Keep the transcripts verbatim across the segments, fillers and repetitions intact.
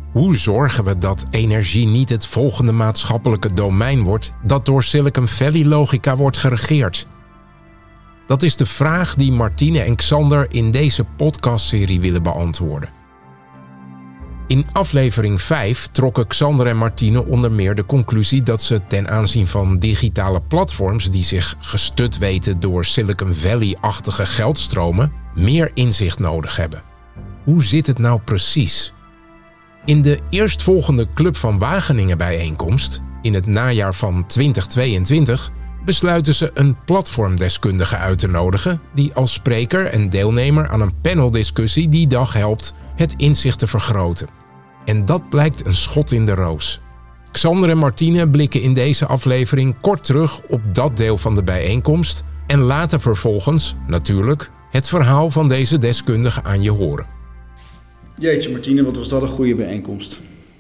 Hoe zorgen we dat energie niet het volgende maatschappelijke domein wordt dat door Silicon Valley logica wordt geregeerd? Dat is de vraag die Martine en Xander in deze podcastserie willen beantwoorden. In aflevering vijf trokken Xander en Martine onder meer de conclusie dat ze ten aanzien van digitale platforms die zich gestut weten door Silicon Valley-achtige geldstromen, meer inzicht nodig hebben. Hoe zit het nou precies? In de eerstvolgende Club van Wageningen bijeenkomst, in het najaar van twintig tweeëntwintig, besluiten ze een platformdeskundige uit te nodigen die als spreker en deelnemer aan een paneldiscussie die dag helpt het inzicht te vergroten. En dat blijkt een schot in de roos. Xander en Martine blikken in deze aflevering kort terug op dat deel van de bijeenkomst en laten vervolgens, natuurlijk, het verhaal van deze deskundige aan je horen. Jeetje Martine, wat was dat een goede bijeenkomst.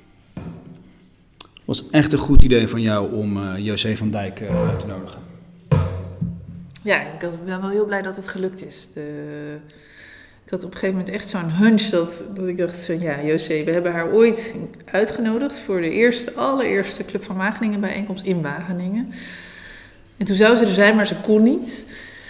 Het was echt een goed idee van jou om uh, José van Dijk uh, uit te nodigen. Ja, ik ben wel heel blij dat het gelukt is. De... Ik had op een gegeven moment echt zo'n hunch dat, dat ik dacht van ja, José, we hebben haar ooit uitgenodigd voor de eerste, allereerste Club van Wageningen bijeenkomst in Wageningen. En toen zou ze er zijn, maar ze kon niet.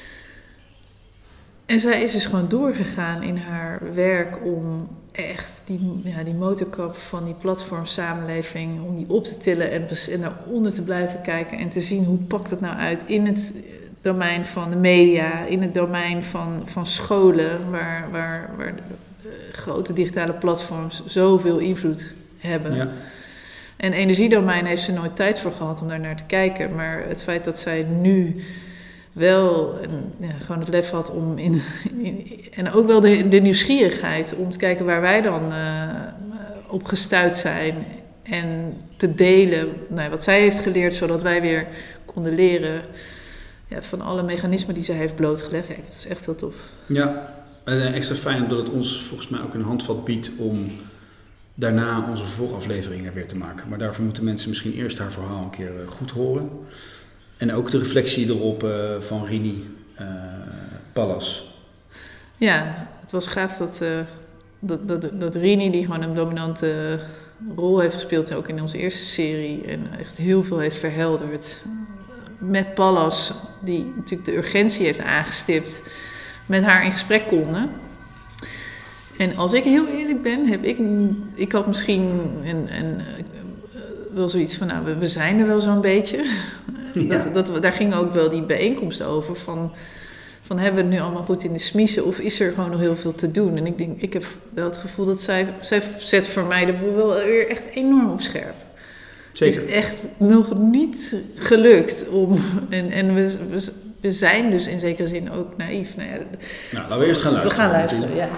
En zij is dus gewoon doorgegaan in haar werk om echt die, ja, die motorkap van die platformsamenleving, om die op te tillen en, en daaronder te blijven kijken en te zien hoe pakt het nou uit in het domein van de media, in het domein van, van scholen, waar, waar, waar de, de grote digitale platforms zoveel invloed hebben. Ja. En energiedomein heeft ze nooit tijd voor gehad om daar naar te kijken, maar het feit dat zij nu wel een, ja, gewoon het lef had om in, in en ook wel de, de nieuwsgierigheid om te kijken waar wij dan uh, op gestuit zijn en te delen nou, wat zij heeft geleerd, zodat wij weer konden leren ja, van alle mechanismen die zij heeft blootgelegd. Ja, dat is echt heel tof. Ja, en extra fijn omdat het ons volgens mij ook een handvat biedt om daarna onze vervolgafleveringen weer te maken. Maar daarvoor moeten mensen misschien eerst haar verhaal een keer goed horen. En ook de reflectie erop uh, van Rini uh, Pallas. Ja, het was gaaf dat, uh, dat, dat, dat Rini, die gewoon een dominante rol heeft gespeeld, ook in onze eerste serie, en echt heel veel heeft verhelderd. Met Pallas, die natuurlijk de urgentie heeft aangestipt, met haar in gesprek konden. En als ik heel eerlijk ben, heb ik, ik had misschien een, een, wel zoiets van, nou, we, we zijn er wel zo'n beetje. Ja. Dat, dat, daar ging ook wel die bijeenkomst over van, van hebben we het nu allemaal goed in de smiezen of is er gewoon nog heel veel te doen? En ik denk, ik heb wel het gevoel dat zij, zij zet voor mij de boel wel weer echt enorm op scherp. Zeker. Het is echt nog niet gelukt om, en, en we, we, we zijn dus in zekere zin ook naïef. Nou, ja, nou laten we eerst gaan luisteren. We gaan luisteren, ja.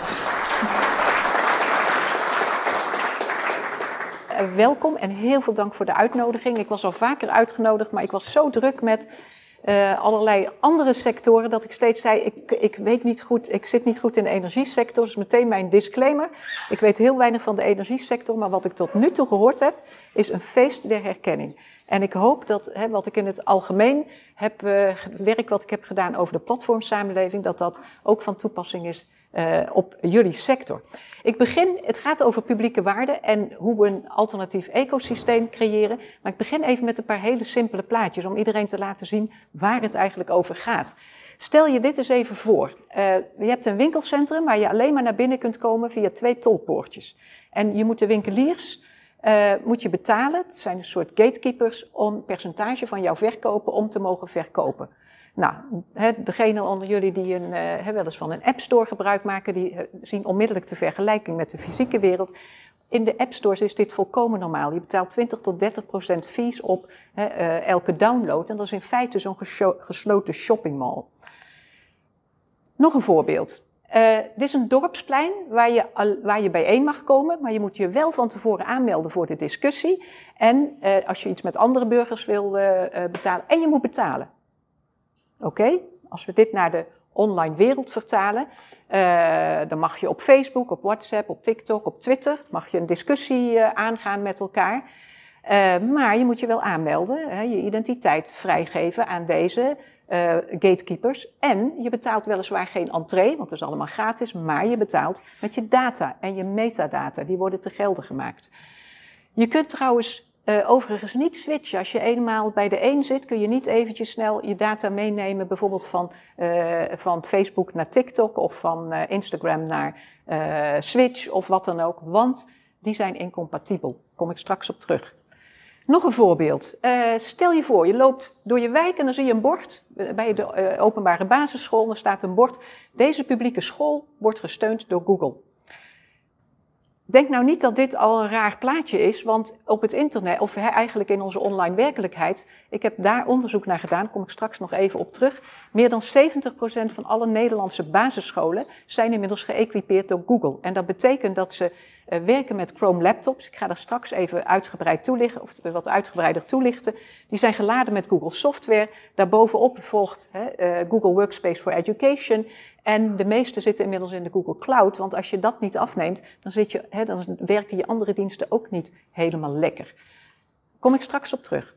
Welkom en heel veel dank voor de uitnodiging. Ik was al vaker uitgenodigd, maar ik was zo druk met uh, allerlei andere sectoren dat ik steeds zei, ik, ik weet niet goed, ik zit niet goed in de energiesector, dus meteen mijn disclaimer. Ik weet heel weinig van de energiesector, maar wat ik tot nu toe gehoord heb, is een feest der herkenning. En ik hoop dat hè, wat ik in het algemeen heb, uh, werk wat ik heb gedaan over de platformsamenleving, dat dat ook van toepassing is uh, op jullie sector. Ik begin, het gaat over publieke waarden en hoe we een alternatief ecosysteem creëren. Maar ik begin even met een paar hele simpele plaatjes om iedereen te laten zien waar het eigenlijk over gaat. Stel je dit eens even voor. Uh, je hebt een winkelcentrum waar je alleen maar naar binnen kunt komen via twee tolpoortjes. En je moet de winkeliers uh, moet je betalen, het zijn een soort gatekeepers, om een percentage van jouw verkopen om te mogen verkopen. Nou, degenen onder jullie die een, uh, wel eens van een App Store gebruik maken, die uh, zien onmiddellijk de vergelijking met de fysieke wereld. In de App Stores is dit volkomen normaal. Je betaalt twintig tot dertig procent fees op uh, uh, elke download. En dat is in feite zo'n geslo- gesloten shoppingmall. Nog een voorbeeld. Uh, dit is een dorpsplein waar je, al, waar je bijeen mag komen, maar je moet je wel van tevoren aanmelden voor de discussie. En uh, als je iets met andere burgers wil uh, uh, betalen, en je moet betalen. Oké, okay? Als we dit naar de online wereld vertalen, uh, dan mag je op Facebook, op WhatsApp, op TikTok, op Twitter, mag je een discussie uh, aangaan met elkaar. Uh, maar je moet je wel aanmelden, hè, je identiteit vrijgeven aan deze uh, gatekeepers. En je betaalt weliswaar geen entree, want het is allemaal gratis, maar je betaalt met je data en je metadata. Die worden te gelden gemaakt. Je kunt trouwens uh, overigens niet switchen. Als je eenmaal bij de een zit, kun je niet eventjes snel je data meenemen, bijvoorbeeld van, uh, van Facebook naar TikTok of van uh, Instagram naar uh, Switch of wat dan ook, want die zijn incompatibel. Daar kom ik straks op terug. Nog een voorbeeld. Uh, stel je voor, je loopt door je wijk en dan zie je een bord bij de uh, openbare basisschool. Er staat een bord, deze publieke school wordt gesteund door Google. Denk nou niet dat dit al een raar plaatje is, want op het internet, of eigenlijk in onze online werkelijkheid, ik heb daar onderzoek naar gedaan, daar kom ik straks nog even op terug. Meer dan zeventig procent van alle Nederlandse basisscholen zijn inmiddels geëquipeerd door Google. En dat betekent dat ze uh, werken met Chrome laptops. Ik ga daar straks even uitgebreid toelichten, of wat uitgebreider toelichten. Die zijn geladen met Google software. Daarbovenop volgt hè, uh, Google Workspace for Education. En de meeste zitten inmiddels in de Google Cloud, want als je dat niet afneemt, dan, zit je, hè, dan werken je andere diensten ook niet helemaal lekker. Daar kom ik straks op terug.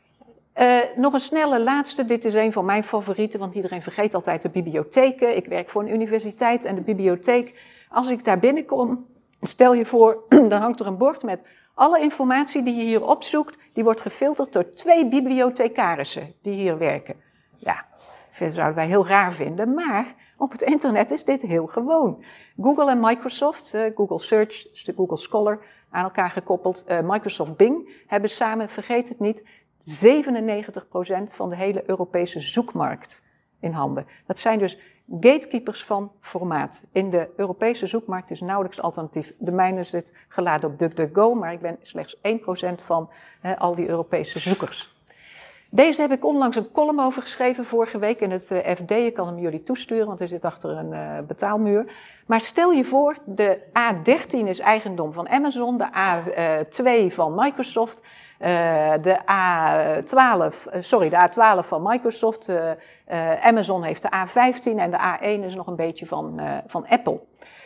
Uh, nog een snelle laatste, dit is een van mijn favorieten, want iedereen vergeet altijd de bibliotheken. Ik werk voor een universiteit en de bibliotheek, als ik daar binnenkom, stel je voor, dan hangt er een bord met alle informatie die je hier opzoekt, die wordt gefilterd door twee bibliothecarissen die hier werken. Ja, dat zouden wij heel raar vinden, maar op het internet is dit heel gewoon. Google en Microsoft, uh, Google Search, de Google Scholar, aan elkaar gekoppeld, uh, Microsoft Bing, hebben samen, vergeet het niet, zevenennegentig procent van de hele Europese zoekmarkt in handen. Dat zijn dus gatekeepers van formaat. In de Europese zoekmarkt is nauwelijks alternatief. De mijne zit geladen op DuckDuckGo, maar ik ben slechts één procent van uh, al die Europese zoekers. Deze heb ik onlangs een column over geschreven, vorige week in het F D. Ik kan hem jullie toesturen, want hij zit achter een uh, betaalmuur. Maar stel je voor, de A dertien is eigendom van Amazon, de A twee van Microsoft, uh, de A twaalf, uh, sorry, de A twaalf van Microsoft, uh, uh, Amazon heeft de A vijftien en de A één is nog een beetje van, uh, van Apple.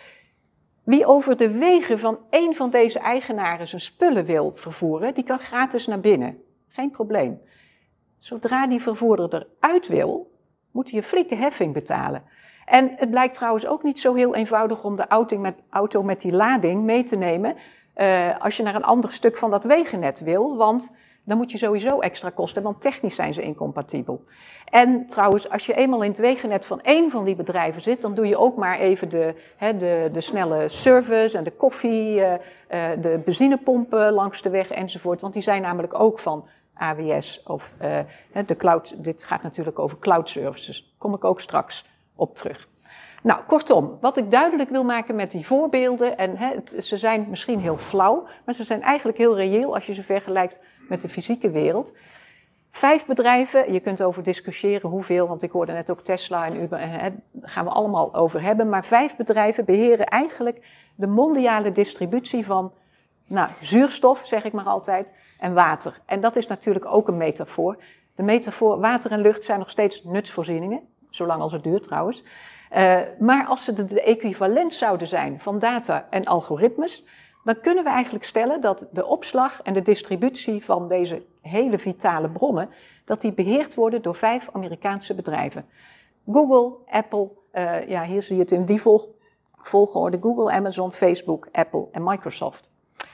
Wie over de wegen van één van deze eigenaren zijn spullen wil vervoeren, die kan gratis naar binnen. Geen probleem. Zodra die vervoerder eruit wil, moet hij een flinke heffing betalen. En het blijkt trouwens ook niet zo heel eenvoudig om de auto met, auto met die lading mee te nemen uh, als je naar een ander stuk van dat wegennet wil, want dan moet je sowieso extra kosten hebben, want technisch zijn ze incompatibel. En trouwens, als je eenmaal in het wegennet van één van die bedrijven zit, dan doe je ook maar even de, hè, de, de snelle service en de koffie, uh, uh, de benzinepompen langs de weg enzovoort, want die zijn namelijk ook van A W S of uh, de cloud. Dit gaat natuurlijk over cloud services. Daar kom ik ook straks op terug. Nou, kortom, wat ik duidelijk wil maken met die voorbeelden, en hè, het, ze zijn misschien heel flauw, maar ze zijn eigenlijk heel reëel als je ze vergelijkt met de fysieke wereld. Vijf bedrijven, je kunt over discussiëren hoeveel, want ik hoorde net ook Tesla en Uber, en daar gaan we allemaal over hebben, maar vijf bedrijven beheren eigenlijk de mondiale distributie van nou, zuurstof, zeg ik maar altijd, en water. En dat is natuurlijk ook een metafoor. De metafoor water en lucht zijn nog steeds nutsvoorzieningen, zolang als het duurt trouwens. Uh, maar als ze de, de equivalent zouden zijn van data en algoritmes, dan kunnen we eigenlijk stellen dat de opslag en de distributie van deze hele vitale bronnen, dat die beheerd worden door vijf Amerikaanse bedrijven. Google, Apple, uh, ja, hier zie je het in die volg- volgorde, Google, Amazon, Facebook, Apple en Microsoft.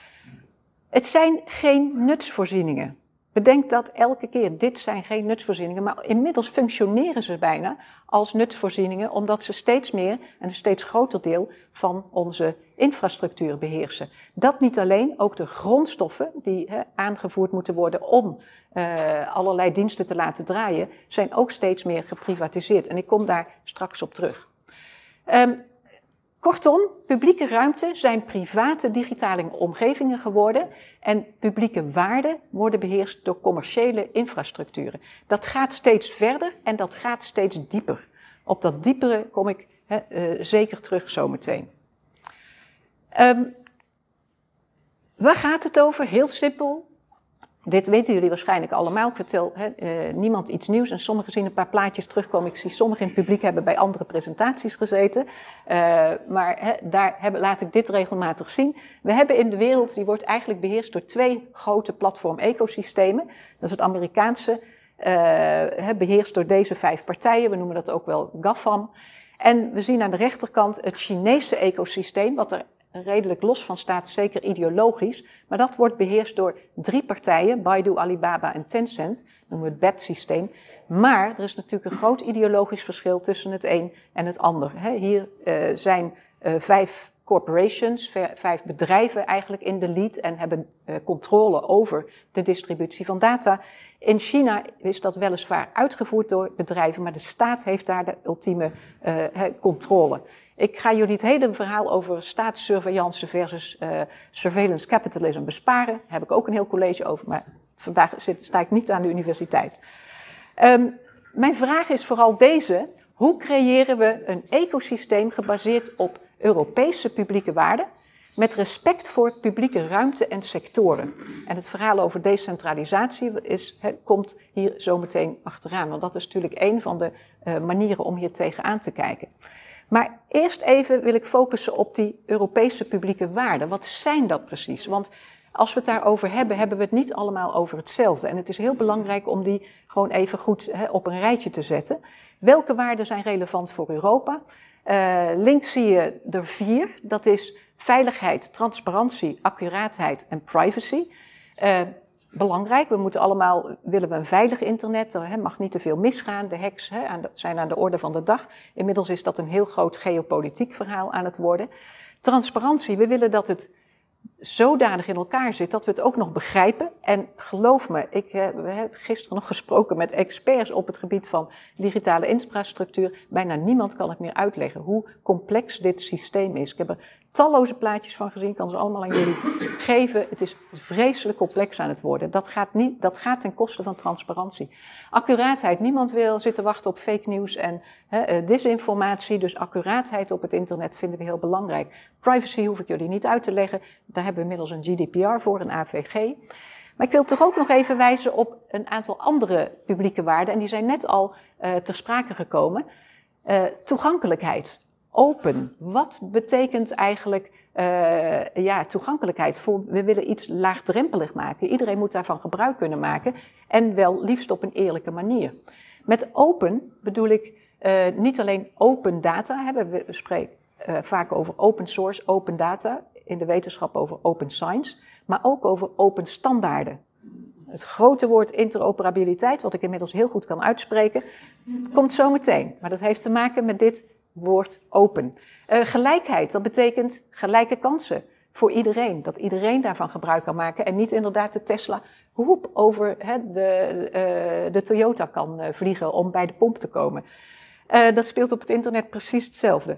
Het zijn geen nutsvoorzieningen. Bedenk dat elke keer, dit zijn geen nutsvoorzieningen, maar inmiddels functioneren ze bijna als nutsvoorzieningen, omdat ze steeds meer en een steeds groter deel van onze infrastructuur beheersen. Dat niet alleen, ook de grondstoffen die he, aangevoerd moeten worden om uh, allerlei diensten te laten draaien, zijn ook steeds meer geprivatiseerd. En ik kom daar straks op terug. Um, Kortom, publieke ruimte zijn private digitale omgevingen geworden en publieke waarden worden beheerst door commerciële infrastructuren. Dat gaat steeds verder en dat gaat steeds dieper. Op dat diepere kom ik he, uh, zeker terug zometeen. Um, waar gaat het over? Heel simpel. Dit weten jullie waarschijnlijk allemaal. Ik vertel he, uh, niemand iets nieuws en sommigen zien een paar plaatjes terugkomen. Ik zie sommigen in het publiek hebben bij andere presentaties gezeten. Uh, maar he, daar heb, laat ik dit regelmatig zien. We hebben in de wereld, die wordt eigenlijk beheerst door twee grote platform-ecosystemen. Dat is het Amerikaanse uh, beheerst door deze vijf partijen. We noemen dat ook wel GAFAM. En we zien aan de rechterkant het Chinese ecosysteem, wat er redelijk los van staat, zeker ideologisch. Maar dat wordt beheerst door drie partijen, Baidu, Alibaba en Tencent. Dat noemen we het B E T-systeem. Maar er is natuurlijk een groot ideologisch verschil tussen het een en het ander. He, hier uh, zijn uh, vijf corporations, vijf bedrijven eigenlijk in de lead en hebben uh, controle over de distributie van data. In China is dat weliswaar uitgevoerd door bedrijven, maar de staat heeft daar de ultieme uh, controle. Ik ga jullie het hele verhaal over staatssurveillance versus uh, surveillance capitalism besparen. Daar heb ik ook een heel college over, maar vandaag zit, sta ik niet aan de universiteit. Um, mijn vraag is vooral deze. Hoe creëren we een ecosysteem gebaseerd op Europese publieke waarden met respect voor publieke ruimte en sectoren? En het verhaal over decentralisatie is, he, komt hier zo meteen achteraan. Want dat is natuurlijk een van de uh, manieren om hier tegenaan te kijken. Maar eerst even wil ik focussen op die Europese publieke waarden. Wat zijn dat precies? Want als we het daarover hebben, hebben we het niet allemaal over hetzelfde. En het is heel belangrijk om die gewoon even goed he, op een rijtje te zetten. Welke waarden zijn relevant voor Europa? Uh, links zie je er vier. Dat is veiligheid, transparantie, accuraatheid en privacy. Uh, belangrijk, we moeten allemaal, willen we een veilig internet, er he, mag niet te veel misgaan. De hacks he, aan de, zijn aan de orde van de dag. Inmiddels is dat een heel groot geopolitiek verhaal aan het worden. Transparantie, we willen dat het zodanig in elkaar zit dat we het ook nog begrijpen. En geloof me, ik uh, we hebben gisteren nog gesproken met experts op het gebied van digitale infrastructuur. Bijna niemand kan het meer uitleggen hoe complex dit systeem is. Ik heb er talloze plaatjes van gezien, kan ze allemaal aan jullie geven. Het is vreselijk complex aan het worden. Dat gaat, niet, dat gaat ten koste van transparantie. Accuraatheid, niemand wil zitten wachten op fake news en he, disinformatie. Dus accuraatheid op het internet vinden we heel belangrijk. Privacy hoef ik jullie niet uit te leggen. Daar hebben we inmiddels een G D P R voor, een A V G. Maar ik wil toch ook nog even wijzen op een aantal andere publieke waarden. En die zijn net al uh, ter sprake gekomen. Uh, toegankelijkheid. Open. Wat betekent eigenlijk uh, ja, toegankelijkheid? Voor, we willen iets laagdrempelig maken. Iedereen moet daarvan gebruik kunnen maken. En wel liefst op een eerlijke manier. Met open bedoel ik uh, niet alleen open data. Hè, we spreken uh, vaak over open source, open data. In de wetenschap over open science. Maar ook over open standaarden. Het grote woord interoperabiliteit, wat ik inmiddels heel goed kan uitspreken, komt zo meteen. Maar dat heeft te maken met dit woord open. Uh, gelijkheid, dat betekent gelijke kansen voor iedereen. Dat iedereen daarvan gebruik kan maken en niet inderdaad de Tesla hoep over he, de, uh, de Toyota kan uh, vliegen om bij de pomp te komen. Uh, dat speelt op het internet precies hetzelfde.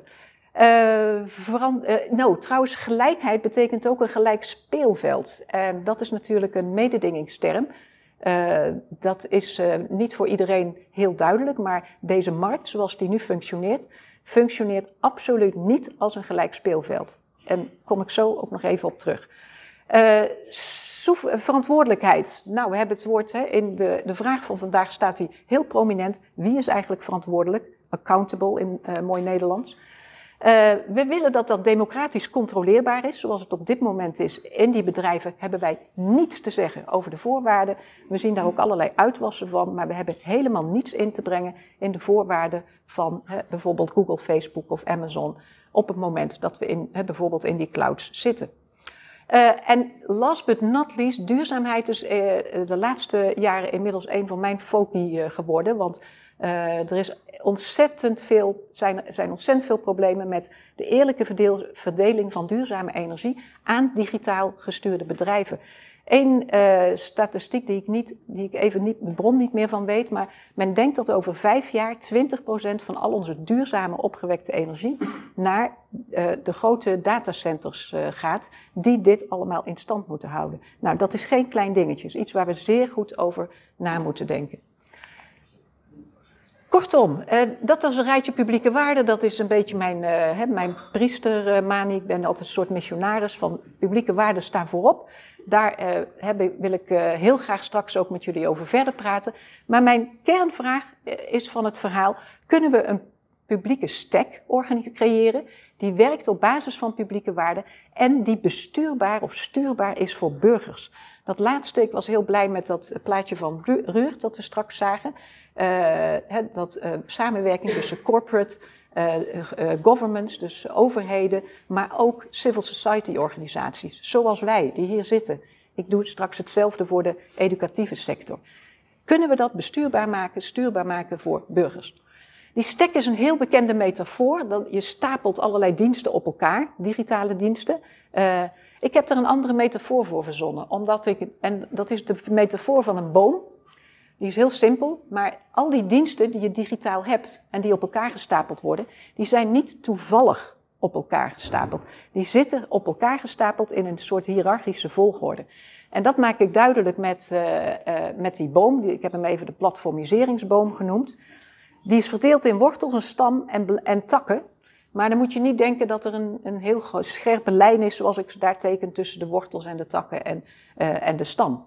Uh, veran- uh, nou, trouwens, gelijkheid betekent ook een gelijk speelveld. En dat is natuurlijk een mededingingsterm. Uh, dat is uh, niet voor iedereen heel duidelijk, maar deze markt, zoals die nu functioneert, functioneert absoluut niet als een gelijk speelveld. En daar kom ik zo ook nog even op terug. Uh, soef- verantwoordelijkheid. Nou, we hebben het woord, hè, in de, de vraag van vandaag staat hier heel prominent. Wie is eigenlijk verantwoordelijk? Accountable in uh, mooi Nederlands. Uh, we willen dat dat democratisch controleerbaar is, zoals het op dit moment is. In die bedrijven hebben wij niets te zeggen over de voorwaarden. We zien daar ook allerlei uitwassen van, maar we hebben helemaal niets in te brengen in de voorwaarden van hè, bijvoorbeeld Google, Facebook of Amazon op het moment dat we in, hè, bijvoorbeeld in die clouds zitten. Uh, en last but not least, duurzaamheid is uh, de laatste jaren inmiddels een van mijn foci uh, geworden, want Uh, er is ontzettend veel, zijn, zijn ontzettend veel problemen met de eerlijke verdeel, verdeling van duurzame energie aan digitaal gestuurde bedrijven. Eén uh, statistiek die ik, niet, die ik even niet, de bron niet meer van weet, maar men denkt dat over vijf jaar twintig procent van al onze duurzame opgewekte energie naar uh, de grote datacenters uh, gaat, die dit allemaal in stand moeten houden. Nou, dat is geen klein dingetje, is iets waar we zeer goed over na moeten denken. Kortom, uh, dat is een rijtje publieke waarden. Dat is een beetje mijn, uh, hè, mijn priestermanie. Ik ben altijd een soort missionaris van publieke waarden staan voorop. Daar uh, heb, wil ik uh, heel graag straks ook met jullie over verder praten. Maar mijn kernvraag is van het verhaal: kunnen we een publieke stack creëren, die werkt op basis van publieke waarden en die bestuurbaar of stuurbaar is voor burgers. Dat laatste, ik was heel blij met dat plaatje van Ruur dat we straks zagen. Uh, dat uh, samenwerking tussen corporate uh, uh, governments, dus overheden, maar ook civil society organisaties, zoals wij die hier zitten. Ik doe straks hetzelfde voor de educatieve sector. Kunnen we dat bestuurbaar maken, stuurbaar maken voor burgers? Die stack is een heel bekende metafoor. Dat je stapelt allerlei diensten op elkaar, digitale diensten. Uh, ik heb er een andere metafoor voor verzonnen. Omdat ik, en dat is de metafoor van een boom. Die is heel simpel, maar al die diensten die je digitaal hebt en die op elkaar gestapeld worden, die zijn niet toevallig op elkaar gestapeld. Die zitten op elkaar gestapeld in een soort hiërarchische volgorde. En dat maak ik duidelijk met, uh, uh, met die boom. Ik heb hem even de platformiseringsboom genoemd. Die is verdeeld in wortels, een stam en, en takken. Maar dan moet je niet denken dat er een, een heel scherpe lijn is, zoals ik ze daar teken, tussen de wortels en de takken en, uh, en de stam.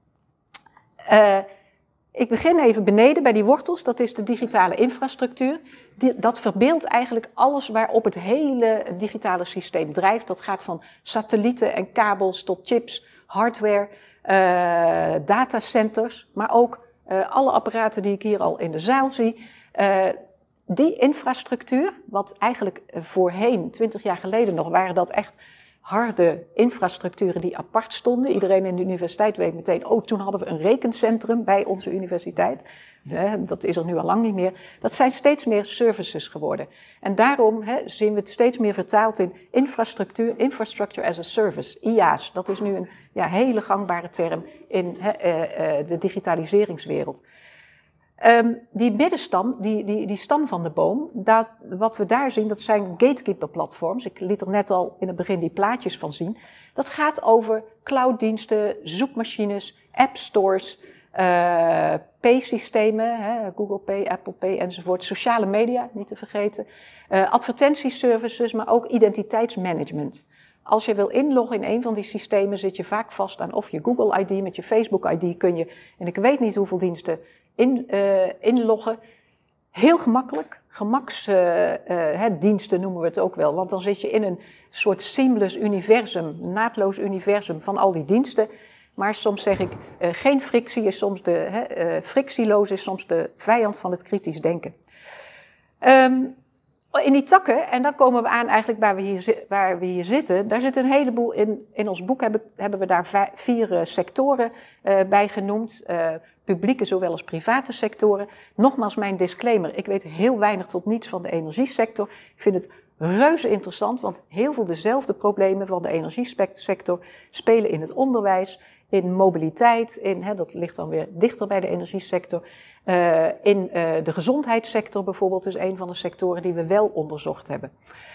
Uh, ik begin even beneden bij die wortels, dat is de digitale infrastructuur. Die, dat verbeeldt eigenlijk alles waarop het hele digitale systeem drijft. Dat gaat van satellieten en kabels tot chips, hardware, uh, datacenters, maar ook uh, alle apparaten die ik hier al in de zaal zie. Uh, die infrastructuur, wat eigenlijk voorheen, twintig jaar geleden nog, waren dat echt harde infrastructuren die apart stonden. Iedereen in de universiteit weet meteen, oh, toen hadden we een rekencentrum bij onze universiteit. Dat is er nu al lang niet meer. Dat zijn steeds meer services geworden. En daarom he, zien we het steeds meer vertaald in infrastructuur, infrastructure as a service, I A S. Dat is nu een ja, hele gangbare term in he, uh, uh, de digitaliseringswereld. Um, die middenstam, die, die, die stam van de boom, dat, wat we daar zien, dat zijn gatekeeper-platforms. Ik liet er net al in het begin die plaatjes van zien. Dat gaat over clouddiensten, zoekmachines, appstores, uh, pay-systemen, hè, Google Pay, Apple Pay enzovoort. Sociale media, niet te vergeten. Uh, advertentieservices, maar ook identiteitsmanagement. Als je wil inloggen in een van die systemen, zit je vaak vast aan of je Google I D, met je Facebook I D kun je, en ik weet niet hoeveel diensten, in, uh, inloggen. Heel gemakkelijk, gemaksdiensten uh, uh, noemen we het ook wel, want dan zit je in een soort seamless universum, naadloos universum van al die diensten. Maar soms zeg ik, uh, geen frictie is soms de, hè, uh, frictieloos is soms de vijand van het kritisch denken. Um, In die takken, en dan komen we aan eigenlijk waar we hier, waar we hier zitten, daar zit een heleboel in. In ons boek hebben, hebben we daar vier uh, sectoren uh, bij genoemd, uh, publieke zowel als private sectoren. Nogmaals mijn disclaimer, ik weet heel weinig tot niets van de energiesector. Ik vind het reuze interessant, want heel veel dezelfde problemen van de energiesector spelen in het onderwijs, in mobiliteit, in, hè, dat ligt dan weer dichter bij de energiesector. Uh, in uh, de gezondheidssector bijvoorbeeld is een van de sectoren die we wel onderzocht hebben.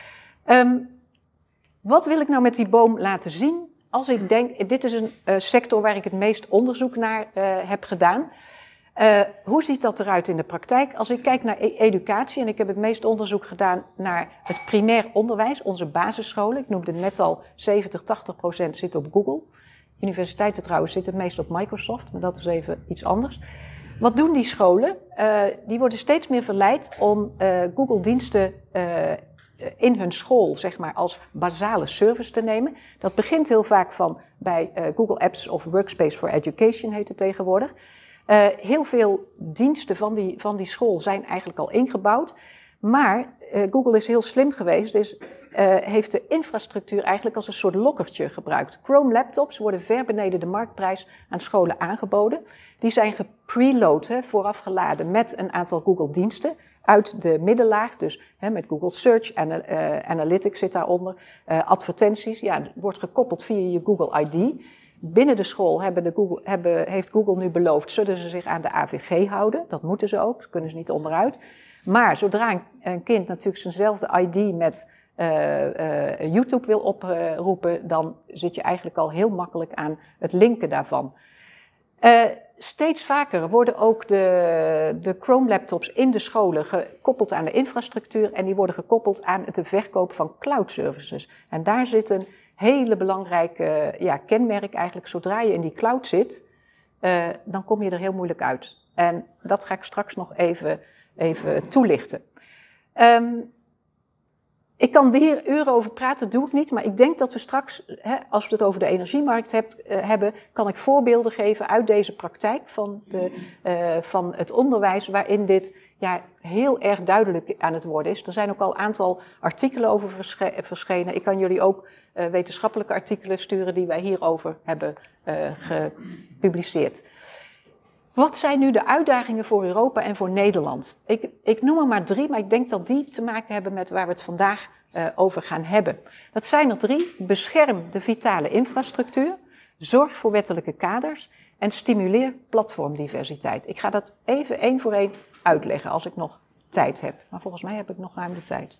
Um, wat wil ik nou met die boom laten zien? Als ik denk, dit is een uh, sector waar ik het meest onderzoek naar uh, heb gedaan. Uh, hoe ziet dat eruit in de praktijk? Als ik kijk naar e- educatie, en ik heb het meest onderzoek gedaan naar het primair onderwijs, onze basisscholen. Ik noemde net al, zeventig, tachtig procent zit op Google. Universiteiten trouwens zitten het meest op Microsoft, maar dat is even iets anders. Wat doen die scholen? Uh, die worden steeds meer verleid om uh, Google-diensten uh, in hun school, zeg maar, als basale service te nemen. Dat begint heel vaak van bij uh, Google Apps of Workspace for Education, heet het tegenwoordig. Uh, heel veel diensten van die, van die school zijn eigenlijk al ingebouwd. Maar uh, Google is heel slim geweest, dus uh, heeft de infrastructuur eigenlijk als een soort lokkertje gebruikt. Chrome laptops worden ver beneden de marktprijs aan scholen aangeboden. Die zijn gepreload, hè, vooraf geladen met een aantal Google-diensten uit de middenlaag. Dus hè, met Google Search, en, uh, Analytics zit daaronder, uh, advertenties. Ja, wordt gekoppeld via je Google I D. Binnen de school hebben de Google, hebben, heeft Google nu beloofd, zullen ze zich aan de A V G houden. Dat moeten ze ook, dat kunnen ze niet onderuit. Maar zodra een, een kind natuurlijk zijnzelfde I D met uh, uh, YouTube wil oproepen, dan zit je eigenlijk al heel makkelijk aan het linken daarvan. Uh, steeds vaker worden ook de, de Chrome laptops in de scholen gekoppeld aan de infrastructuur en die worden gekoppeld aan het verkoop van cloud services. En daar zit een hele belangrijke ja, kenmerk eigenlijk. Zodra je in die cloud zit, uh, dan kom je er heel moeilijk uit. En dat ga ik straks nog even, even toelichten. Um, ik kan hier uren over praten, dat doe ik niet. Maar ik denk dat we straks, hè, als we het over de energiemarkt hebt, uh, hebben, kan ik voorbeelden geven uit deze praktijk van, de, uh, van het onderwijs, waarin dit ja, heel erg duidelijk aan het worden is. Er zijn ook al een aantal artikelen over versche- verschenen. Ik kan jullie ook uh, wetenschappelijke artikelen sturen die wij hierover hebben uh, gepubliceerd. Wat zijn nu de uitdagingen voor Europa en voor Nederland? Ik, ik noem er maar drie, maar ik denk dat die te maken hebben met waar we het vandaag uh, over gaan hebben. Dat zijn er drie. Bescherm de vitale infrastructuur, zorg voor wettelijke kaders en stimuleer platformdiversiteit. Ik ga dat even één voor één uitleggen als ik nog tijd heb. Maar volgens mij heb ik nog ruim de tijd.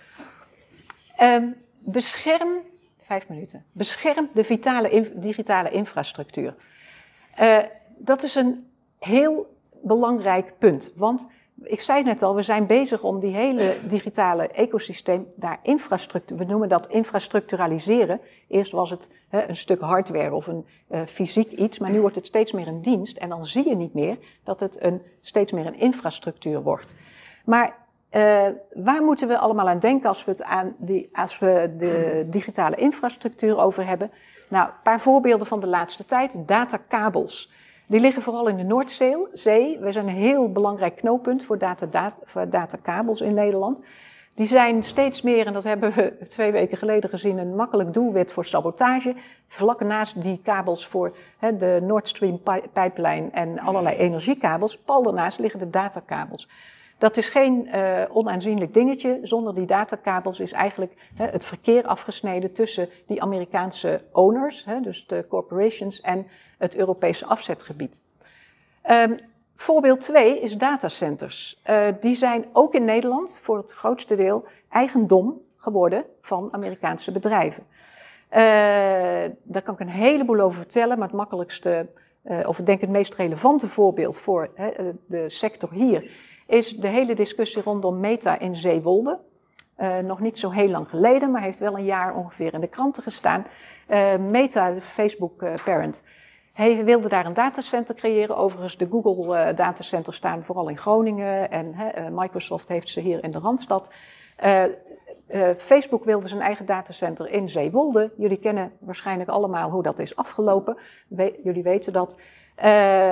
Um, bescherm, vijf minuten, bescherm de vitale inf, digitale infrastructuur. Uh, dat is een heel belangrijk punt, want ik zei net al, we zijn bezig om die hele digitale ecosysteem naar infrastructuur, we noemen dat infrastructuraliseren. Eerst was het he, een stuk hardware of een uh, fysiek iets, maar nu wordt het steeds meer een dienst en dan zie je niet meer dat het een, steeds meer een infrastructuur wordt. Maar uh, waar moeten we allemaal aan denken als we, het aan die, als we de digitale infrastructuur over hebben? Nou, een paar voorbeelden van de laatste tijd, datakabels. Die liggen vooral in de Noordzee. We zijn een heel belangrijk knooppunt voor, data, data, voor datakabels in Nederland. Die zijn steeds meer, en dat hebben we twee weken geleden gezien, een makkelijk doelwit voor sabotage. Vlak naast die kabels voor he, de Nord Stream pipeline en allerlei energiekabels, pal daarnaast liggen de datakabels. Dat is geen uh, onaanzienlijk dingetje. Zonder die datakabels is eigenlijk he, het verkeer afgesneden tussen die Amerikaanse owners, he, dus de corporations, en het Europese afzetgebied. Um, voorbeeld twee is datacenters. Uh, die zijn ook in Nederland voor het grootste deel eigendom geworden van Amerikaanse bedrijven. Uh, daar kan ik een heleboel over vertellen, maar het makkelijkste, uh, of ik denk het meest relevante voorbeeld voor he, de sector hier, is de hele discussie rondom Meta in Zeewolde. Uh, nog niet zo heel lang geleden, maar heeft wel een jaar ongeveer in de kranten gestaan. Uh, Meta, de Facebook-parent, hij wilde daar een datacenter creëren. Overigens, de Google-datacenters uh, staan vooral in Groningen en uh, Microsoft heeft ze hier in de Randstad. Uh, uh, Facebook wilde zijn eigen datacenter in Zeewolde. Jullie kennen waarschijnlijk allemaal hoe dat is afgelopen. We, jullie weten dat. Uh,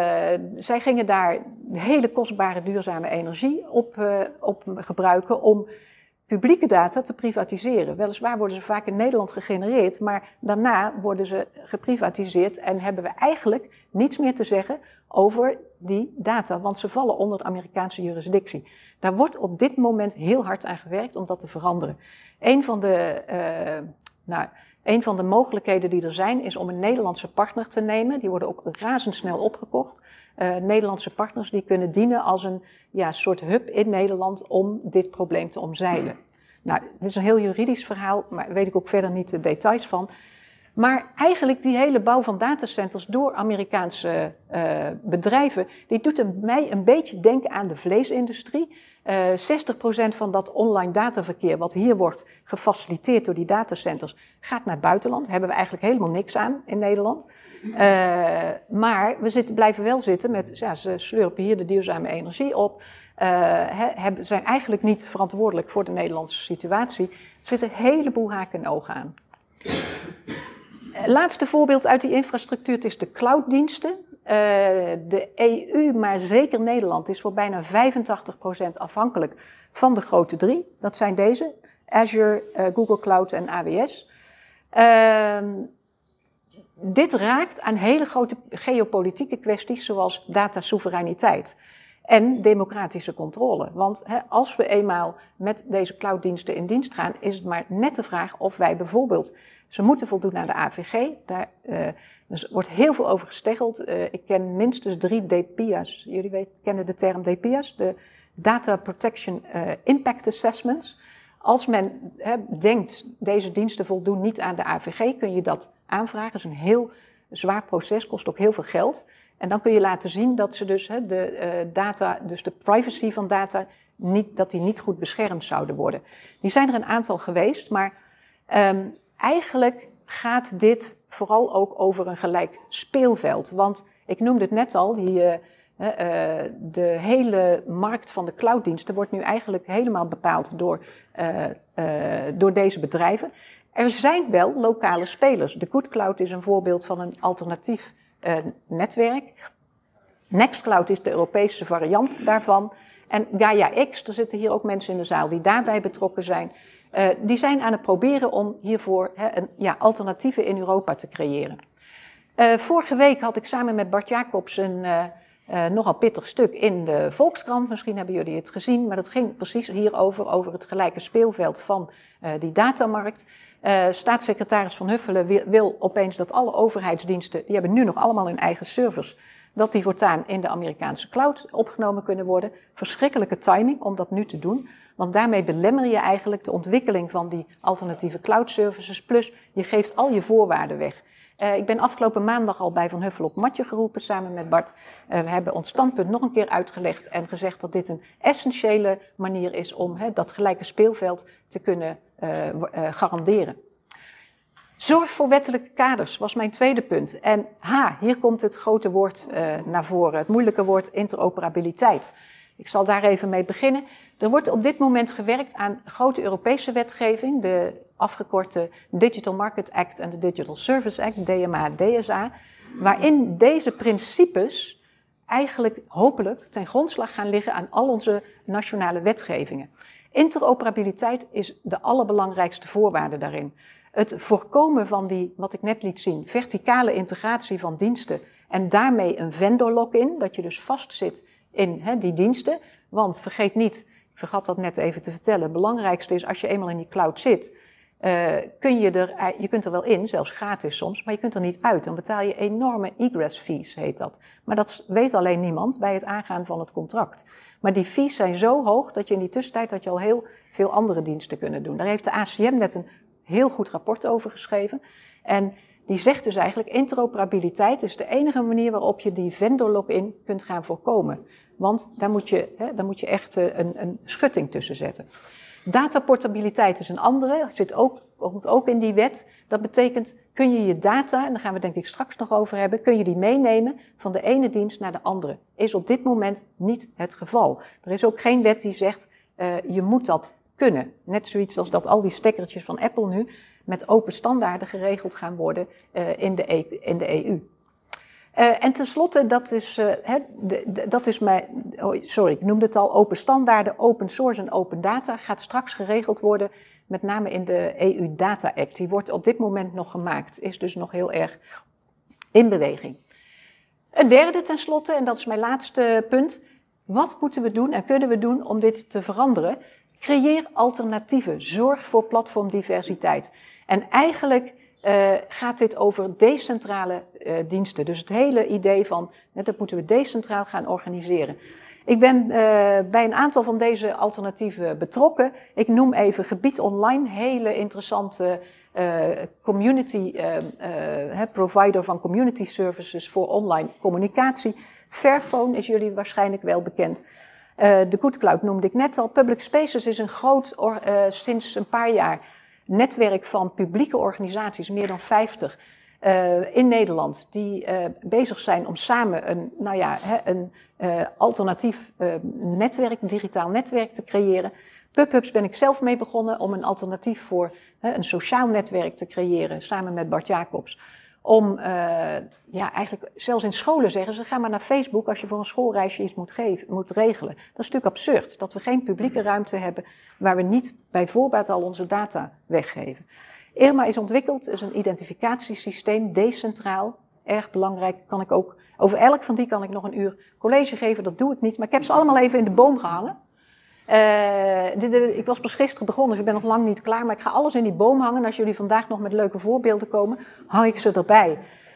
zij gingen daar hele kostbare duurzame energie op, uh, op gebruiken om publieke data te privatiseren. Weliswaar worden ze vaak in Nederland gegenereerd, maar daarna worden ze geprivatiseerd en hebben we eigenlijk niets meer te zeggen over die data, want ze vallen onder de Amerikaanse jurisdictie. Daar wordt op dit moment heel hard aan gewerkt om dat te veranderen. Een van de, uh, nou, een van de mogelijkheden die er zijn is om een Nederlandse partner te nemen. Die worden ook razendsnel opgekocht. Uh, Nederlandse partners die kunnen dienen als een ja, soort hub in Nederland om dit probleem te omzeilen. Nou, dit is een heel juridisch verhaal, maar daar weet ik ook verder niet de details van. Maar eigenlijk die hele bouw van datacenters door Amerikaanse uh, bedrijven, die doet mij een beetje denken aan de vleesindustrie. Uh, zestig procent van dat online dataverkeer wat hier wordt gefaciliteerd door die datacenters gaat naar het buitenland. Daar hebben we eigenlijk helemaal niks aan in Nederland. Uh, maar we zitten, blijven wel zitten met, ja, ze slurpen hier de duurzame energie op. Uh, he, zijn eigenlijk niet verantwoordelijk voor de Nederlandse situatie. Er zitten een heleboel haken en ogen aan. Laatste voorbeeld uit die infrastructuur, het is de clouddiensten. Uh, de E U, maar zeker Nederland, is voor bijna vijfentachtig procent afhankelijk van de grote drie. Dat zijn deze, Azure, uh, Google Cloud en A W S. Uh, dit raakt aan hele grote geopolitieke kwesties zoals datasoevereiniteit en democratische controle. Want he, als we eenmaal met deze clouddiensten in dienst gaan, is het maar net de vraag of wij bijvoorbeeld, ze moeten voldoen aan de A V G. Daar uh, dus wordt heel veel over gesteggeld. Uh, ik ken minstens drie D P A's. Jullie weten, kennen de term D P A's, de Data Protection uh, Impact Assessments. Als men he, denkt, deze diensten voldoen niet aan de A V G, kun je dat aanvragen. Dat is een heel zwaar proces, kost ook heel veel geld. En dan kun je laten zien dat ze dus he, de uh, data, dus de privacy van data, niet, dat die niet goed beschermd zouden worden. Die zijn er een aantal geweest, maar um, eigenlijk gaat dit vooral ook over een gelijk speelveld. Want ik noemde het net al, die, uh, Uh, de hele markt van de clouddiensten wordt nu eigenlijk helemaal bepaald door, uh, uh, door deze bedrijven. Er zijn wel lokale spelers. De GoodCloud is een voorbeeld van een alternatief uh, netwerk. Nextcloud is de Europese variant daarvan. En Gaia-X, er zitten hier ook mensen in de zaal die daarbij betrokken zijn. Uh, die zijn aan het proberen om hiervoor he, een, ja, alternatieven in Europa te creëren. Uh, vorige week had ik samen met Bart Jacobs een uh, uh, nogal pittig stuk in de Volkskrant. Misschien hebben jullie het gezien, maar dat ging precies hierover, over het gelijke speelveld van uh, die datamarkt. Uh, staatssecretaris Van Huffelen wil, wil opeens dat alle overheidsdiensten, die hebben nu nog allemaal hun eigen servers, dat die voortaan in de Amerikaanse cloud opgenomen kunnen worden. Verschrikkelijke timing om dat nu te doen, want daarmee belemmer je eigenlijk de ontwikkeling van die alternatieve cloud services, plus je geeft al je voorwaarden weg. Uh, ik ben afgelopen maandag al bij Van Huffelen op matje geroepen samen met Bart. Uh, we hebben ons standpunt nog een keer uitgelegd en gezegd dat dit een essentiële manier is om he, dat gelijke speelveld te kunnen uh, uh, garanderen. Zorg voor wettelijke kaders was mijn tweede punt. En ha, hier komt het grote woord uh, naar voren, het moeilijke woord interoperabiliteit. Ik zal daar even mee beginnen. Er wordt op dit moment gewerkt aan grote Europese wetgeving, de afgekorte Digital Market Act en de Digital Service Act, D M A D S A, waarin deze principes eigenlijk hopelijk ten grondslag gaan liggen aan al onze nationale wetgevingen. Interoperabiliteit is de allerbelangrijkste voorwaarde daarin. Het voorkomen van die, wat ik net liet zien, verticale integratie van diensten en daarmee een vendor lock-in, dat je dus vastzit in he, die diensten. Want vergeet niet, ik vergat dat net even te vertellen, het belangrijkste is als je eenmaal in die cloud zit, uh, kun je er, je kunt er wel in, zelfs gratis soms, maar je kunt er niet uit. Dan betaal je enorme egress fees, heet dat. Maar dat weet alleen niemand bij het aangaan van het contract. Maar die fees zijn zo hoog dat je in die tussentijd had je al heel veel andere diensten kunnen doen. Daar heeft de A C M net een heel goed rapport over geschreven. En die zegt dus eigenlijk, interoperabiliteit is de enige manier waarop je die vendor lock-in kunt gaan voorkomen. Want daar moet je, hè, daar moet je echt een, een schutting tussen zetten. Dataportabiliteit is een andere, zit ook, komt ook in die wet. Dat betekent, kun je je data, en daar gaan we denk ik straks nog over hebben, kun je die meenemen van de ene dienst naar de andere. Is op dit moment niet het geval. Er is ook geen wet die zegt, uh, je moet dat kunnen. Net zoiets als dat al die stekkertjes van Apple nu met open standaarden geregeld gaan worden uh, in, de e- in de E U. Uh, en tenslotte, dat is, uh, he, de, de, dat is mijn, oh, sorry, ik noemde het al, open standaarden, open source en open data gaat straks geregeld worden, met name in de E U Data Act. Die wordt op dit moment nog gemaakt, is dus nog heel erg in beweging. Een derde tenslotte, en dat is mijn laatste punt. Wat moeten we doen en kunnen we doen om dit te veranderen? Creëer alternatieven, zorg voor platformdiversiteit. En eigenlijk uh, gaat dit over decentrale uh, diensten. Dus het hele idee van, net, dat moeten we decentraal gaan organiseren. Ik ben uh, bij een aantal van deze alternatieven betrokken. Ik noem even Gebied Online, hele interessante uh, community uh, uh, provider van community services voor online communicatie. Fairphone is jullie waarschijnlijk wel bekend. Uh, de GoodCloud noemde ik net al. Public Spaces is een groot, or, uh, sinds een paar jaar, netwerk van publieke organisaties, meer dan vijftig, uh, in Nederland, die uh, bezig zijn om samen een, nou ja, he, een uh, alternatief uh, netwerk, een digitaal netwerk te creëren. PubHubs ben ik zelf mee begonnen om een alternatief voor he, een sociaal netwerk te creëren, samen met Bart Jacobs. Om, uh, ja, eigenlijk zelfs in scholen zeggen ze, ga maar naar Facebook als je voor een schoolreisje iets moet, geven, moet regelen. Dat is natuurlijk absurd, dat we geen publieke ruimte hebben waar we niet bij voorbaat al onze data weggeven. IRMA is ontwikkeld, is een identificatiesysteem, decentraal, erg belangrijk. Kan ik ook, over elk van die kan ik nog een uur college geven, dat doe ik niet, maar ik heb ze allemaal even in de boom gehangen. Uh, dit, ik was pas gisteren begonnen, dus ik ben nog lang niet klaar. Maar ik ga alles in die boom hangen. En als jullie vandaag nog met leuke voorbeelden komen, hang ik ze erbij. Uh,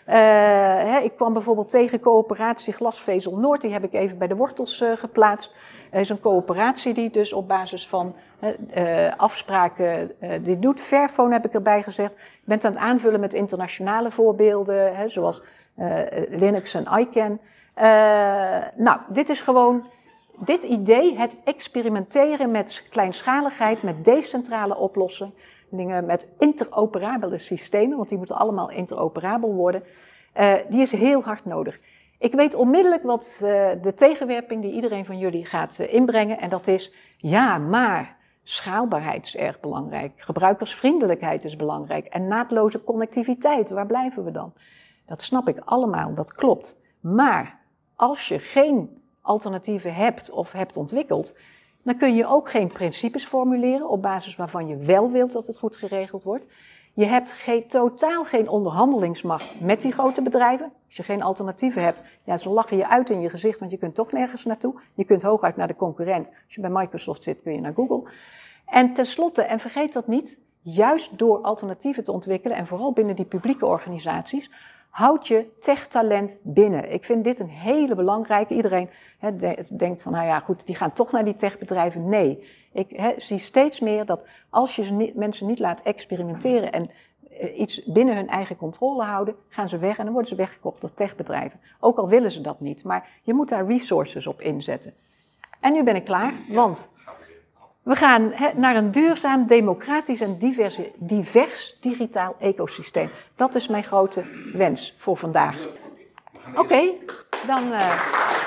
hè, ik kwam bijvoorbeeld tegen coöperatie Glasvezel Noord. Die heb ik even bij de wortels uh, geplaatst. Er is een coöperatie die dus op basis van uh, afspraken uh, dit doet. Fairphone heb ik erbij gezegd. Ik ben het aan het aanvullen met internationale voorbeelden, hè, zoals uh, Linux en ICANN. Uh, nou, dit is gewoon... Dit idee, het experimenteren met kleinschaligheid, met decentrale oplossingen, met interoperabele systemen, want die moeten allemaal interoperabel worden, uh, die is heel hard nodig. Ik weet onmiddellijk wat uh, de tegenwerping die iedereen van jullie gaat uh, inbrengen. En dat is, ja, maar schaalbaarheid is erg belangrijk. Gebruikersvriendelijkheid is belangrijk. En naadloze connectiviteit, waar blijven we dan? Dat snap ik allemaal, dat klopt. Maar als je geen alternatieven hebt of hebt ontwikkeld, dan kun je ook geen principes formuleren op basis waarvan je wel wilt dat het goed geregeld wordt. Je hebt geen, totaal geen onderhandelingsmacht met die grote bedrijven. Als je geen alternatieven hebt, ja, ze lachen je uit in je gezicht, want je kunt toch nergens naartoe. Je kunt hooguit naar de concurrent. Als je bij Microsoft zit, kun je naar Google. En tenslotte, en vergeet dat niet, juist door alternatieven te ontwikkelen, en vooral binnen die publieke organisaties, houd je techtalent binnen. Ik vind dit een hele belangrijke. Iedereen he, de, denkt van, nou ja, goed, die gaan toch naar die techbedrijven. Nee, ik he, zie steeds meer dat als je ze niet, mensen niet laat experimenteren en uh, iets binnen hun eigen controle houden, gaan ze weg en dan worden ze weggekocht door techbedrijven. Ook al willen ze dat niet, maar je moet daar resources op inzetten. En nu ben ik klaar, want we gaan he, naar een duurzaam, democratisch en divers, divers digitaal ecosysteem. Dat is mijn grote wens voor vandaag. Oké, okay, dan... Uh...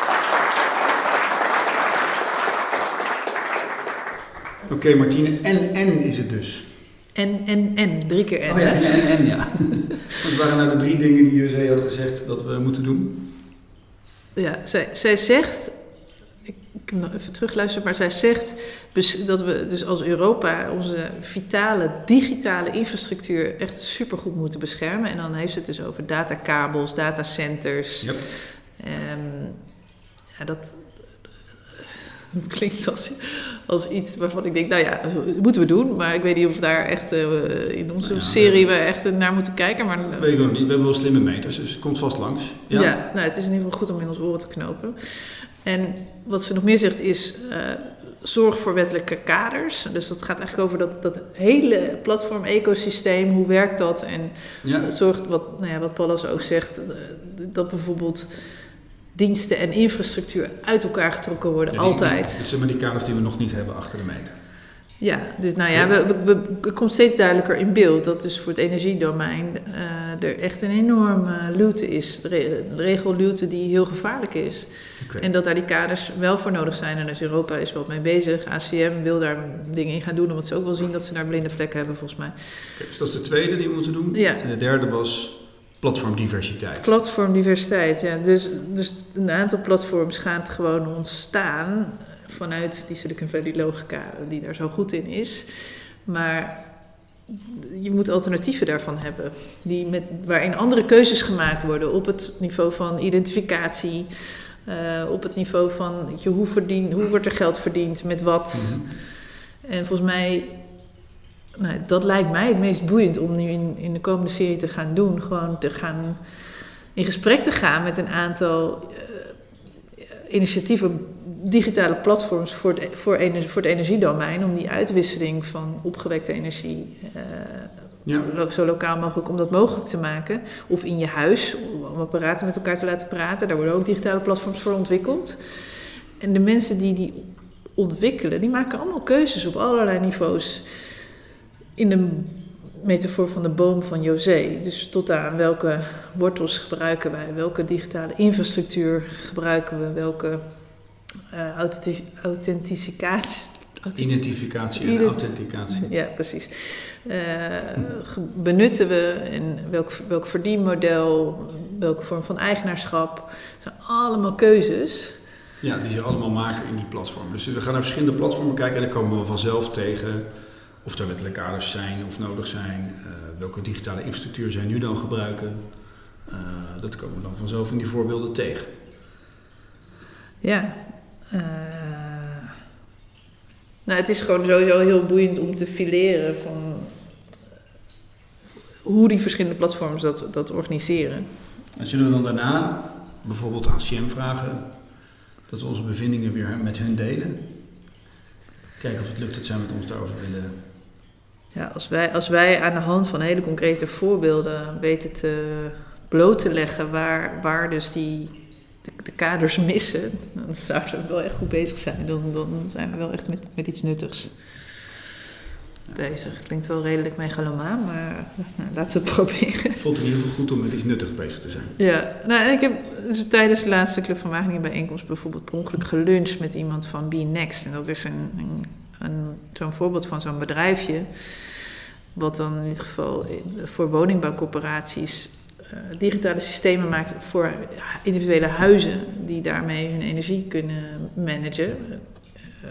Oké, okay, Martine, en en is het dus. En, en, en, drie keer en. Oh ja, en, en, en, ja. Wat waren nou de drie dingen die José had gezegd dat we moeten doen? Ja, zij, zij zegt... Ik heb nog even terugluisteren, maar zij zegt dat we dus als Europa onze vitale digitale infrastructuur echt supergoed moeten beschermen. En dan heeft ze het dus over datakabels, datacenters. Yep. Um, ja, dat, dat klinkt als, als iets waarvan ik denk, nou ja, dat moeten we doen. Maar ik weet niet of we daar echt uh, in onze nou ja, serie we echt naar moeten kijken. Maar, dat weet ik ook niet. We hebben wel slimme meters, dus het komt vast langs. Ja, ja nou, het is in ieder geval goed om in ons oren te knopen. En wat ze nog meer zegt is, uh, zorg voor wettelijke kaders. Dus dat gaat eigenlijk over dat, dat hele platform-ecosysteem, hoe werkt dat? En ja. zorgt, wat, nou ja, wat Pallas ook zegt, uh, dat bijvoorbeeld diensten en infrastructuur uit elkaar getrokken worden, ja, die, altijd. Die, dus maar die kaders die we nog niet hebben achter de meter. Ja, dus nou ja, we, we, we, het komt steeds duidelijker in beeld dat dus voor het energiedomein uh, er echt een enorme luwte is. De re- regelluwte die heel gevaarlijk is. Okay. En dat daar die kaders wel voor nodig zijn. En dus Europa is wel mee bezig. A C M wil daar dingen in gaan doen, omdat ze ook wel zien dat ze daar blinde vlekken hebben, volgens mij. Okay, dus dat is de tweede die we moeten doen. Ja. En de derde was platformdiversiteit. Platformdiversiteit, ja. Dus, dus een aantal platforms gaat gewoon ontstaan vanuit die Silicon Valley logica die daar zo goed in is. Maar je moet alternatieven daarvan hebben. Die met, waarin andere keuzes gemaakt worden op het niveau van identificatie. Uh, op het niveau van je, hoe, verdien, hoe wordt er geld verdiend, met wat. Mm-hmm. En volgens mij, nou, dat lijkt mij het meest boeiend om nu in, in de komende serie te gaan doen. Gewoon te gaan in gesprek te gaan met een aantal uh, initiatieven, digitale platforms voor het, voor, ener, voor het energiedomein, om die uitwisseling van opgewekte energie uh, ja. lo, zo lokaal mogelijk, om dat mogelijk te maken. Of in je huis, om apparaten met elkaar te laten praten. Daar worden ook digitale platforms voor ontwikkeld. En de mensen die die ontwikkelen, die maken allemaal keuzes op allerlei niveaus. In de metafoor van de boom van José. Dus tot aan welke wortels gebruiken wij, welke digitale infrastructuur gebruiken we, welke uh, authentici- authenticatie... Identificatie en Ident- authenticatie. Ja, precies. Uh, benutten we en welk, welk verdienmodel, welke vorm van eigenaarschap. Dat zijn allemaal keuzes. Ja, die ze allemaal maken in die platform. Dus we gaan naar verschillende platformen kijken en dan komen we vanzelf tegen of er wettelijke kaders zijn of nodig zijn. Uh, welke digitale infrastructuur zij nu dan gebruiken. Uh, dat komen we dan vanzelf in die voorbeelden tegen. Ja. Uh, nou, het is gewoon sowieso heel boeiend om te fileren van hoe die verschillende platforms dat, dat organiseren. En zullen we dan daarna bijvoorbeeld aan C M vragen dat we onze bevindingen weer met hun delen? Kijken of het lukt dat zij met ons daarover willen. Ja, als wij, als wij aan de hand van hele concrete voorbeelden weten te bloot te leggen waar, waar dus die de, de kaders missen, dan zouden we wel echt goed bezig zijn. Dan, dan zijn we wel echt met, met iets nuttigs. bezig. Klinkt wel redelijk megalomaan, maar nou, laten we het proberen. Het voelt in ieder geval goed om met iets nuttigs bezig te zijn. Ja, nou, en ik heb dus tijdens de laatste Club van Wageningen bijeenkomst bijvoorbeeld per ongeluk geluncht met iemand van Be Next. En dat is een, een, een, zo'n voorbeeld van zo'n bedrijfje, wat dan in dit geval voor woningbouwcorporaties uh, digitale systemen maakt voor individuele huizen die daarmee hun energie kunnen managen. Uh,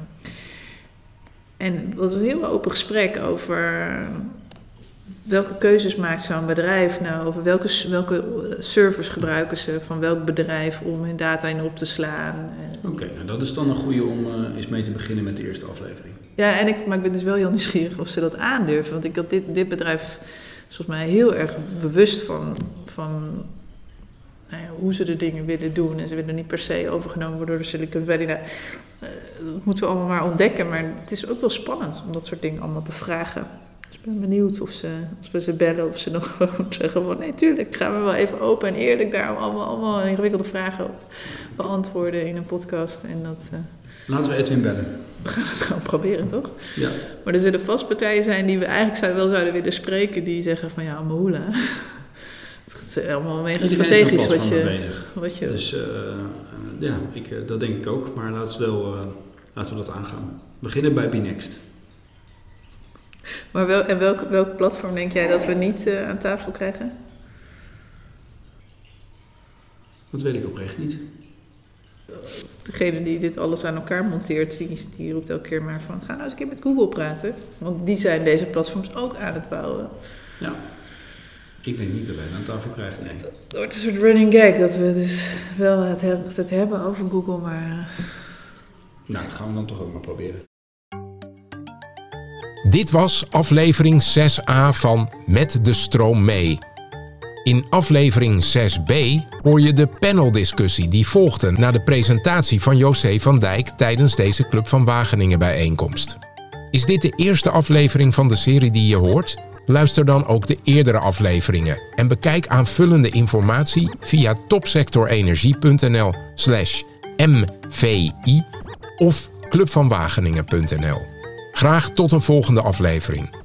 en dat was een heel open gesprek over welke keuzes maakt zo'n bedrijf nou, over welke, welke servers gebruiken ze van welk bedrijf om hun data in op te slaan. Oké, okay, nou dat is dan een goede om uh, eens mee te beginnen met de eerste aflevering. Ja, en ik, maar ik ben dus wel heel nieuwsgierig of ze dat aandurven. Want ik had dit, dit bedrijf is volgens mij heel erg bewust van, van nou ja, hoe ze de dingen willen doen. En ze willen niet per se overgenomen worden door de Silicon Valley. Nou, uh, dat moeten we allemaal maar ontdekken. Maar het is ook wel spannend om dat soort dingen allemaal te vragen. Dus ik ben benieuwd of, ze, of we ze bellen of ze nog gewoon zeggen van nee, tuurlijk, gaan we wel even open en eerlijk daar allemaal, allemaal ingewikkelde vragen op beantwoorden in een podcast. En dat, uh, laten we Edwin bellen. We gaan het gewoon proberen, toch? Ja. Maar er zullen vast partijen zijn die we eigenlijk zou, wel zouden willen spreken, die zeggen van ja, Mahoula. Het is allemaal mega strategisch wat je, wat je... Dus uh, ja, ik, uh, dat denk ik ook. Maar laten we, wel, uh, laten we dat aangaan. We beginnen bij Be Next. Maar wel, en welk, welk platform denk jij dat we niet uh, aan tafel krijgen? Dat weet ik oprecht niet. Degene die dit alles aan elkaar monteert, die, die roept elke keer maar van ga nou eens een keer met Google praten. Want die zijn deze platforms ook aan het bouwen. Ja, ik denk niet dat wij aan tafel krijgen, nee. Het wordt een soort running gag dat we dus wel het, het hebben over Google, maar... Nou, dat gaan we dan toch ook maar proberen. Dit was aflevering zes a van Met de Stroom Mee. In aflevering zes b hoor je de paneldiscussie die volgde na de presentatie van José van Dijk tijdens deze Club van Wageningen bijeenkomst. Is dit de eerste aflevering van de serie die je hoort? Luister dan ook de eerdere afleveringen en bekijk aanvullende informatie via topsectorenergie.nl slash mvi of clubvanwageningen punt n l. Graag tot een volgende aflevering.